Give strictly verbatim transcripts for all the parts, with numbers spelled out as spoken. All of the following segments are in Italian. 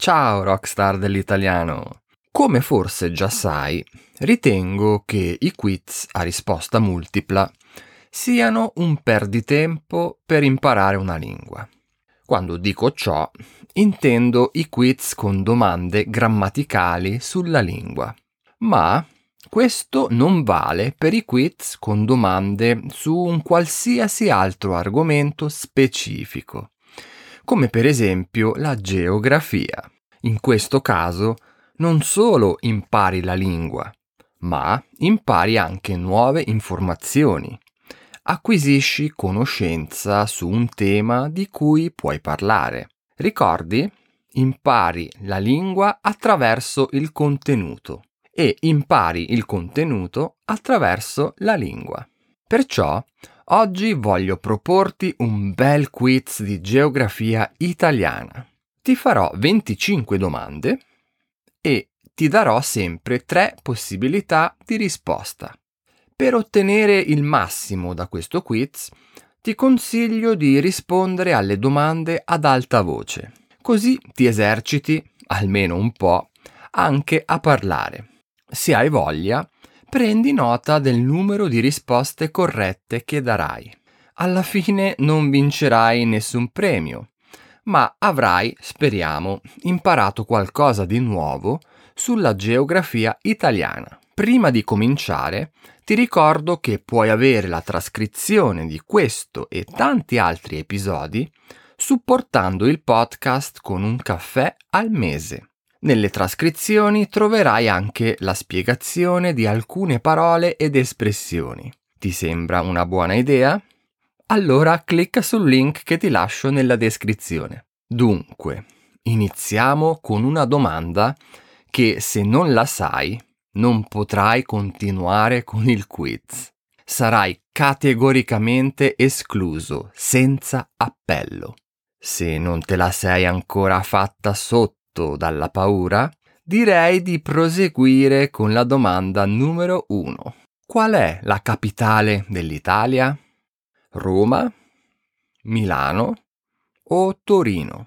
Ciao rockstar dell'italiano! Come forse già sai, ritengo che i quiz a risposta multipla siano un perditempo per imparare una lingua. Quando dico ciò, intendo i quiz con domande grammaticali sulla lingua, ma questo non vale per i quiz con domande su un qualsiasi altro argomento specifico, come per esempio la geografia. In questo caso non solo impari la lingua, ma impari anche nuove informazioni. Acquisisci conoscenza su un tema di cui puoi parlare. Ricordi? Impari la lingua attraverso il contenuto e impari il contenuto attraverso la lingua. Perciò oggi voglio proporti un bel quiz di geografia italiana. Ti farò venticinque domande e ti darò sempre tre possibilità di risposta. Per ottenere il massimo da questo quiz, ti consiglio di rispondere alle domande ad alta voce, così ti eserciti, almeno un po', anche a parlare. Se hai voglia, prendi nota del numero di risposte corrette che darai. Alla fine non vincerai nessun premio, ma avrai, speriamo, imparato qualcosa di nuovo sulla geografia italiana. Prima di cominciare, ti ricordo che puoi avere la trascrizione di questo e tanti altri episodi supportando il podcast con un caffè al mese. Nelle trascrizioni troverai anche la spiegazione di alcune parole ed espressioni. Ti sembra una buona idea? Allora clicca sul link che ti lascio nella descrizione. Dunque, iniziamo con una domanda che, se non la sai, non potrai continuare con il quiz. Sarai categoricamente escluso, senza appello. Se non te la sei ancora fatta sotto dalla paura, direi di proseguire con la domanda numero uno. Qual è la capitale dell'Italia? Roma, Milano o Torino?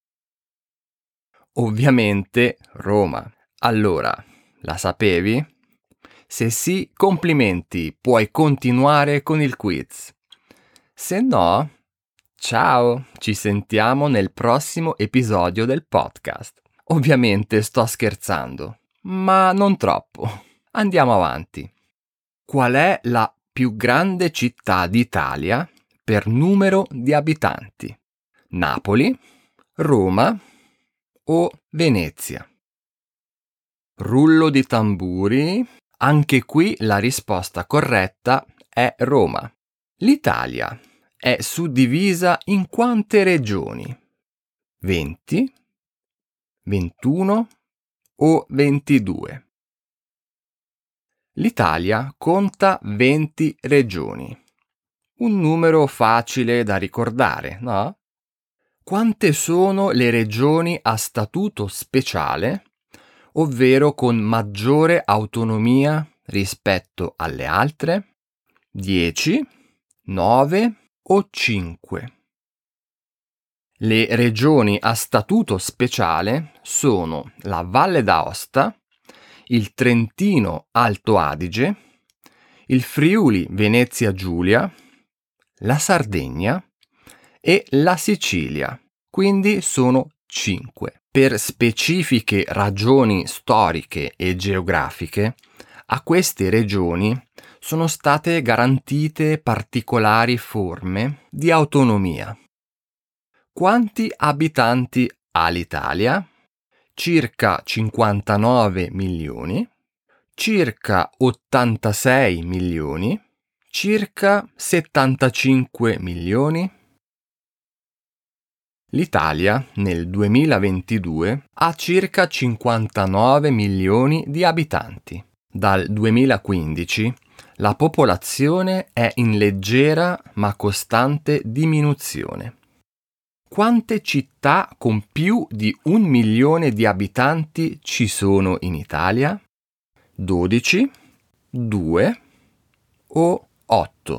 Ovviamente Roma. Allora, la sapevi? Se sì, complimenti, puoi continuare con il quiz. Se no, ciao, ci sentiamo nel prossimo episodio del podcast. Ovviamente sto scherzando, ma non troppo. Andiamo avanti. Qual è la più grande città d'Italia per numero di abitanti? Napoli, Roma o Venezia? Rullo di tamburi. Anche qui la risposta corretta è Roma. L'Italia è suddivisa in quante regioni? venti, ventuno o ventidue? L'Italia conta venti regioni. Un numero facile da ricordare, no? Quante sono le regioni a statuto speciale, ovvero con maggiore autonomia rispetto alle altre? dieci, nove o cinque? Le regioni a statuto speciale sono la Valle d'Aosta, il Trentino Alto Adige, il Friuli Venezia Giulia, la Sardegna e la Sicilia, quindi sono cinque. Per specifiche ragioni storiche e geografiche, a queste regioni sono state garantite particolari forme di autonomia. Quanti abitanti ha l'Italia? Circa cinquantanove milioni, circa ottantasei milioni, circa settantacinque milioni? L'Italia nel duemilaventidue ha circa cinquantanove milioni di abitanti. Dal duemilaquindici la popolazione è in leggera ma costante diminuzione. Quante città con più di un milione di abitanti ci sono in Italia? dodici, due o otto?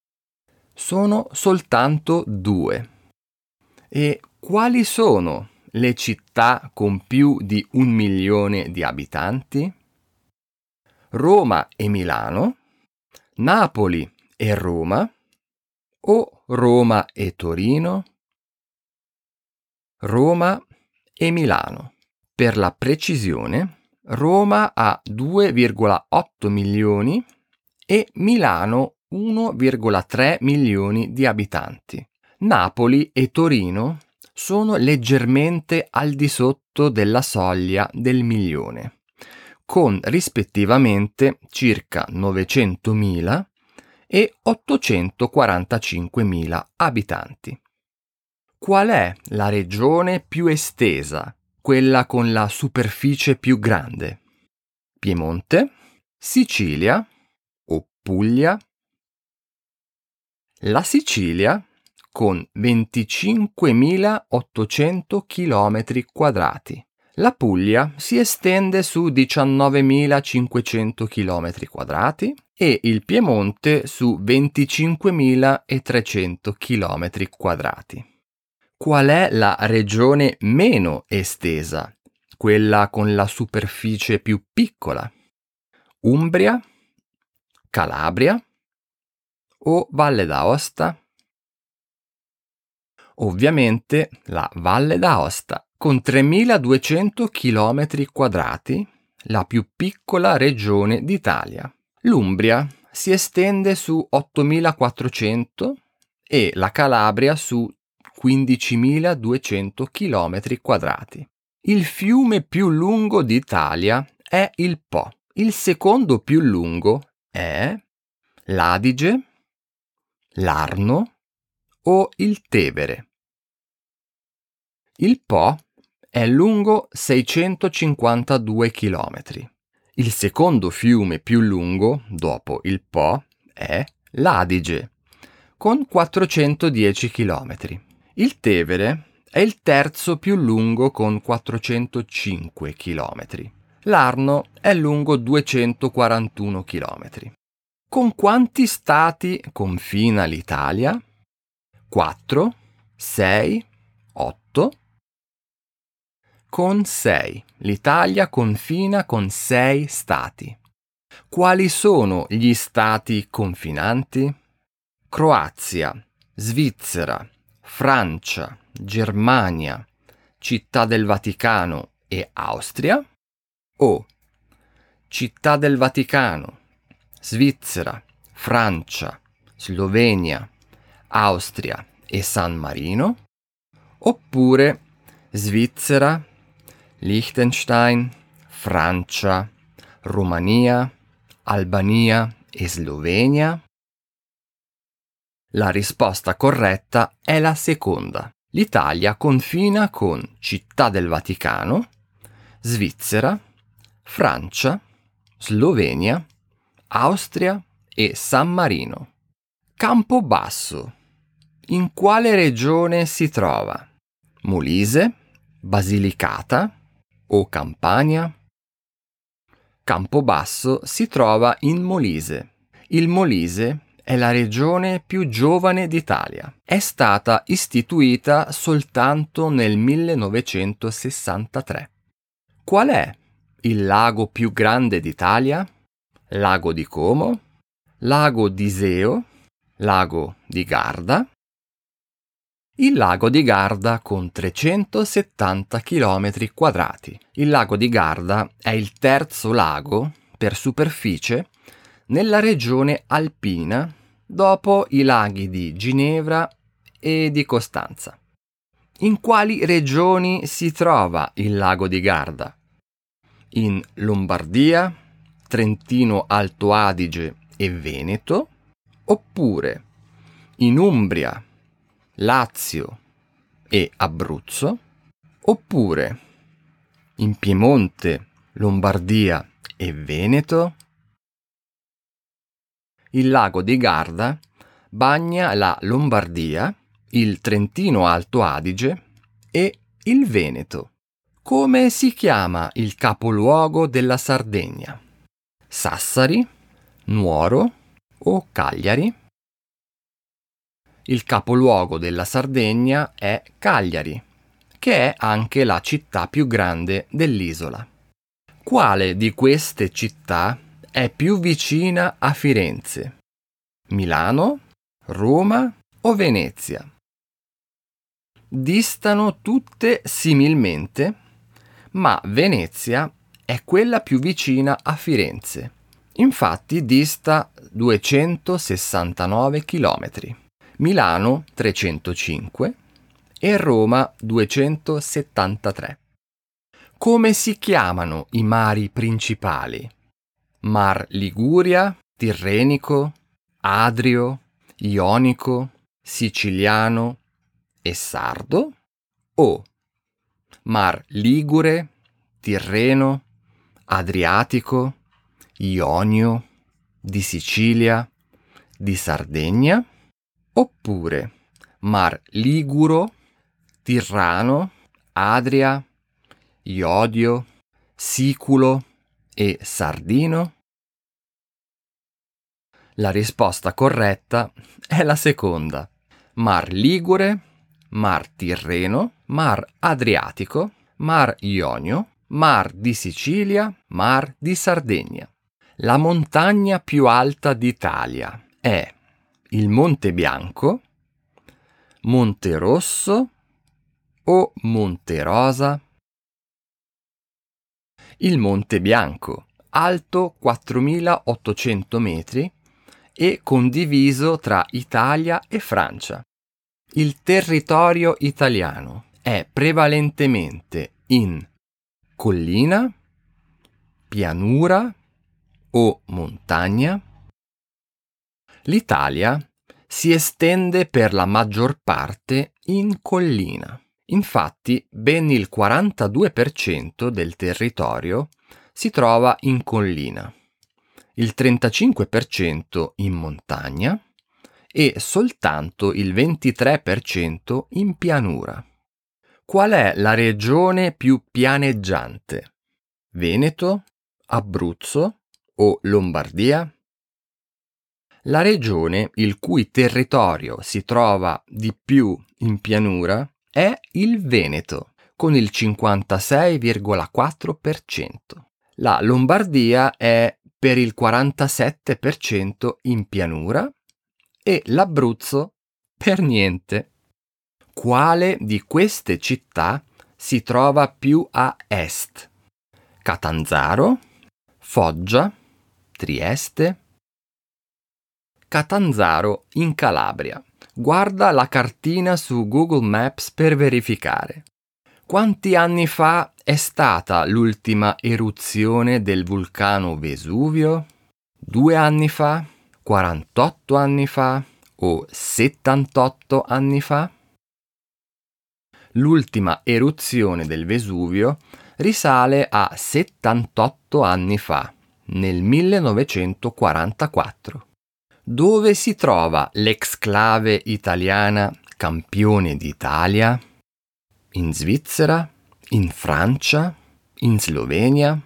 Sono soltanto due. E quali sono le città con più di un milione di abitanti? Roma e Milano, Napoli e Roma o Roma e Torino? Roma e Milano. Per la precisione, Roma ha due virgola otto milioni e Milano uno virgola tre milioni di abitanti. Napoli e Torino sono leggermente al di sotto della soglia del milione, con rispettivamente circa novecentomila e ottocentoquarantacinquemila abitanti. Qual è la regione più estesa, quella con la superficie più grande? Piemonte, Sicilia o Puglia? La Sicilia con venticinquemilaottocento chilometri quadrati. La Puglia si estende su diciannovemilacinquecento chilometri quadrati e il Piemonte su venticinquemilatrecento chilometri quadrati. Qual è la regione meno estesa, quella con la superficie più piccola? Umbria, Calabria o Valle d'Aosta? Ovviamente la Valle d'Aosta, con tremiladuecento chilometri quadrati, la più piccola regione d'Italia. L'Umbria si estende su ottomilaquattrocento e la Calabria su quindicimiladuecento chilometri quadrati. Il fiume più lungo d'Italia è il Po. Il secondo più lungo è l'Adige, l'Arno o il Tevere. Il Po è lungo seicentocinquantadue chilometri. Il secondo fiume più lungo, dopo il Po, è l'Adige, con quattrocentodieci chilometri. Il Tevere è il terzo più lungo con quattrocentocinque chilometri. L'Arno è lungo duecentoquarantuno chilometri. Con quanti stati confina l'Italia? quattro, sei, otto? Con sei. L'Italia confina con sei stati. Quali sono gli stati confinanti? Croazia, Svizzera, Francia, Germania, Città del Vaticano e Austria? O Città del Vaticano, Svizzera, Francia, Slovenia, Austria e San Marino? Oppure Svizzera, Liechtenstein, Francia, Romania, Albania e Slovenia? La risposta corretta è la seconda. L'Italia confina con Città del Vaticano, Svizzera, Francia, Slovenia, Austria e San Marino. Campobasso. In quale regione si trova? Molise, Basilicata o Campania? Campobasso si trova in Molise. Il Molise è la regione più giovane d'Italia. È stata istituita soltanto nel millenovecentosessantatré. Qual è il lago più grande d'Italia? Lago di Como, Lago di Iseo, Lago di Garda? Il lago di Garda con trecentosettanta chilometri quadrati. Il lago di Garda è il terzo lago per superficie nella regione alpina dopo i laghi di Ginevra e di Costanza. In quali regioni si trova il lago di Garda? In Lombardia, Trentino Alto Adige e Veneto? Oppure in Umbria, Lazio e Abruzzo? Oppure in Piemonte, Lombardia e Veneto? Il lago di Garda bagna la Lombardia, il Trentino Alto Adige e il Veneto. Come si chiama il capoluogo della Sardegna? Sassari, Nuoro o Cagliari? Il capoluogo della Sardegna è Cagliari, che è anche la città più grande dell'isola. Quale di queste città è più vicina a Firenze? Milano, Roma o Venezia? Distano tutte similmente, ma Venezia è quella più vicina a Firenze. Infatti dista duecentosessantanove chilometri, Milano trecentocinque e Roma duecentosettantatré. Come si chiamano i mari principali? Mar Liguria, Tirrenico, Adrio, Ionico, Siciliano e Sardo? O Mar Ligure, Tirreno, Adriatico, Ionio, di Sicilia, di Sardegna? Oppure Mar Liguro, Tirrano, Adria, Iodio, Siculo e Sardino? La risposta corretta è la seconda. Mar Ligure, Mar Tirreno, Mar Adriatico, Mar Ionio, Mar di Sicilia, Mar di Sardegna. La montagna più alta d'Italia è il Monte Bianco, Monte Rosso o Monte Rosa? Il Monte Bianco, alto quattromilaottocento metri e condiviso tra Italia e Francia. Il territorio italiano è prevalentemente in collina, pianura o montagna? L'Italia si estende per la maggior parte in collina. Infatti, ben il quarantadue per cento del territorio si trova in collina, il trentacinque per cento in montagna e soltanto il ventitré per cento in pianura. Qual è la regione più pianeggiante? Veneto, Abruzzo o Lombardia? La regione il cui territorio si trova di più in pianura è il Veneto, con il cinquantasei virgola quattro per cento. La Lombardia è per il quarantasette per cento in pianura e l'Abruzzo per niente. Quale di queste città si trova più a est? Catanzaro, Foggia, Trieste? Catanzaro in Calabria. Guarda la cartina su Google Maps per verificare. Quanti anni fa è stata l'ultima eruzione del vulcano Vesuvio? Due anni fa? quarantotto anni fa? O settantotto anni fa? L'ultima eruzione del Vesuvio risale a settantotto anni fa, nel millenovecentoquarantaquattro. Dove si trova l'exclave italiana Campione d'Italia? In Svizzera? In Francia? In Slovenia?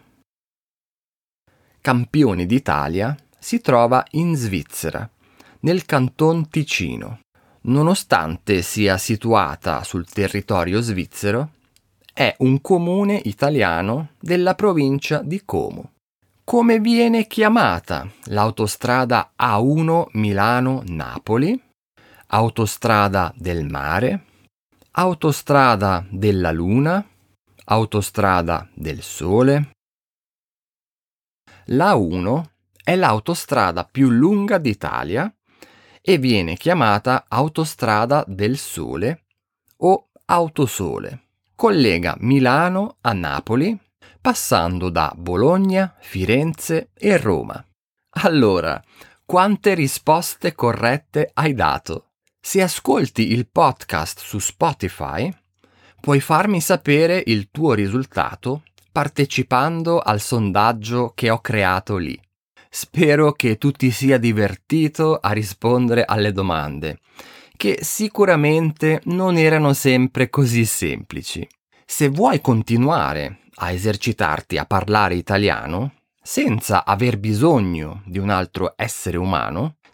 Campione d'Italia si trova in Svizzera, nel Canton Ticino. Nonostante sia situata sul territorio svizzero, è un comune italiano della provincia di Como. Come viene chiamata l'autostrada A uno Milano-Napoli? Autostrada del mare? Autostrada della luna? Autostrada del sole? La A uno è l'autostrada più lunga d'Italia e viene chiamata Autostrada del Sole o Autosole. Collega Milano a Napoli, passando da Bologna, Firenze e Roma. Allora, quante risposte corrette hai dato? Se ascolti il podcast su Spotify, puoi farmi sapere il tuo risultato partecipando al sondaggio che ho creato lì. Spero che tu ti sia divertito a rispondere alle domande, che sicuramente non erano sempre così semplici. Se vuoi continuare a esercitarti a parlare italiano, senza aver bisogno di un altro essere umano,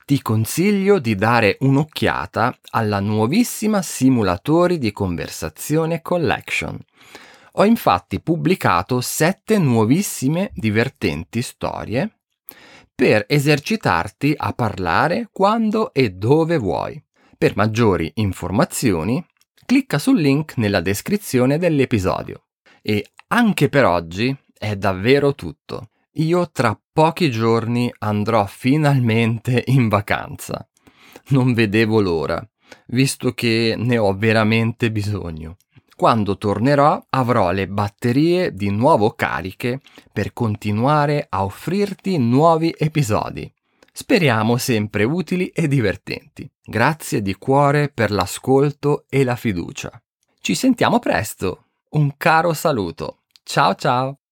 ti consiglio di dare un'occhiata alla nuovissima Simulatori di Conversazione Collection. Ho infatti pubblicato sette nuovissime divertenti storie per esercitarti a parlare quando e dove vuoi. Per maggiori informazioni, clicca sul link nella descrizione dell'episodio. E anche per oggi è davvero tutto. Io tra pochi giorni andrò finalmente in vacanza. Non vedevo l'ora, visto che ne ho veramente bisogno. Quando tornerò avrò le batterie di nuovo cariche per continuare a offrirti nuovi episodi. Speriamo sempre utili e divertenti. Grazie di cuore per l'ascolto e la fiducia. Ci sentiamo presto. Un caro saluto. Ciao ciao.